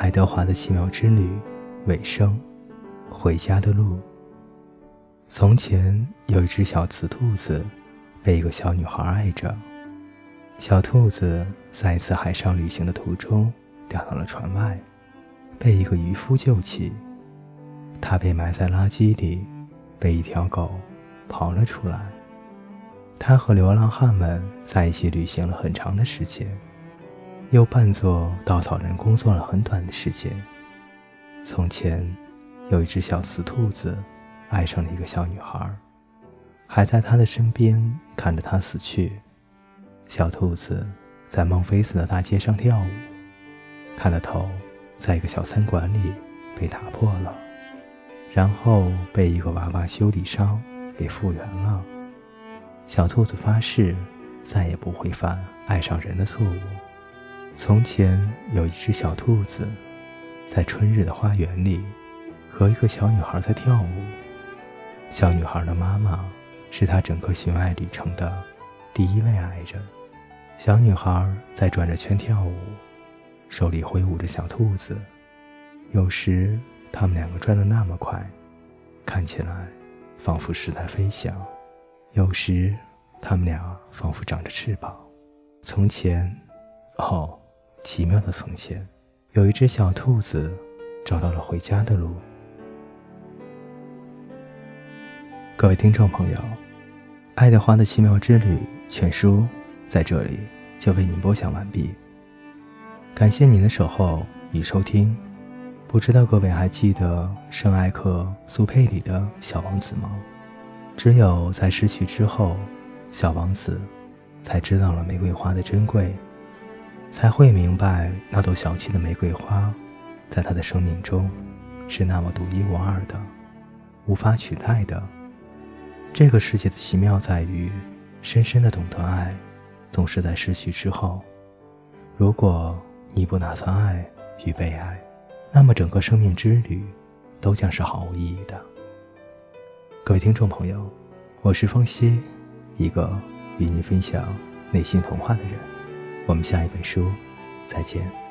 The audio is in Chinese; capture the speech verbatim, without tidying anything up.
爱德华的奇妙之旅尾声，回家的路。从前有一只小雌兔子，被一个小女孩爱着。小兔子在一次海上旅行的途中掉到了船外，被一个渔夫救起。它被埋在垃圾里，被一条狗刨了出来。它和流浪汉们在一起旅行了很长的时间，又扮作稻草人工作了很短的时间。从前有一只小雌兔子爱上了一个小女孩，还在她的身边看着她死去。小兔子在孟菲斯的大街上跳舞，她的头在一个小餐馆里被打破了，然后被一个娃娃修理商给复原了。小兔子发誓再也不会犯爱上人的错误。从前有一只小兔子，在春日的花园里和一个小女孩在跳舞。小女孩的妈妈是她整个寻爱旅程的第一位爱人。小女孩在转着圈跳舞，手里挥舞着小兔子。有时他们两个转得那么快，看起来仿佛是在飞翔；有时他们俩仿佛长着翅膀。从前，哦，奇妙的从前，有一只小兔子找到了回家的路。各位听众朋友，爱德华的奇妙之旅全书在这里就为您播讲完毕，感谢您的守候与收听。不知道各位还记得圣埃克苏佩里的小王子吗？只有在失去之后，小王子才知道了玫瑰花的珍贵，才会明白那朵小气的玫瑰花在他的生命中是那么独一无二的，无法取代的。这个世界的奇妙在于，深深的懂得爱总是在失去之后。如果你不打算爱与被爱，那么整个生命之旅都将是毫无意义的。各位听众朋友，我是风夕，一个与您分享内心童话的人。我们下一本书再见。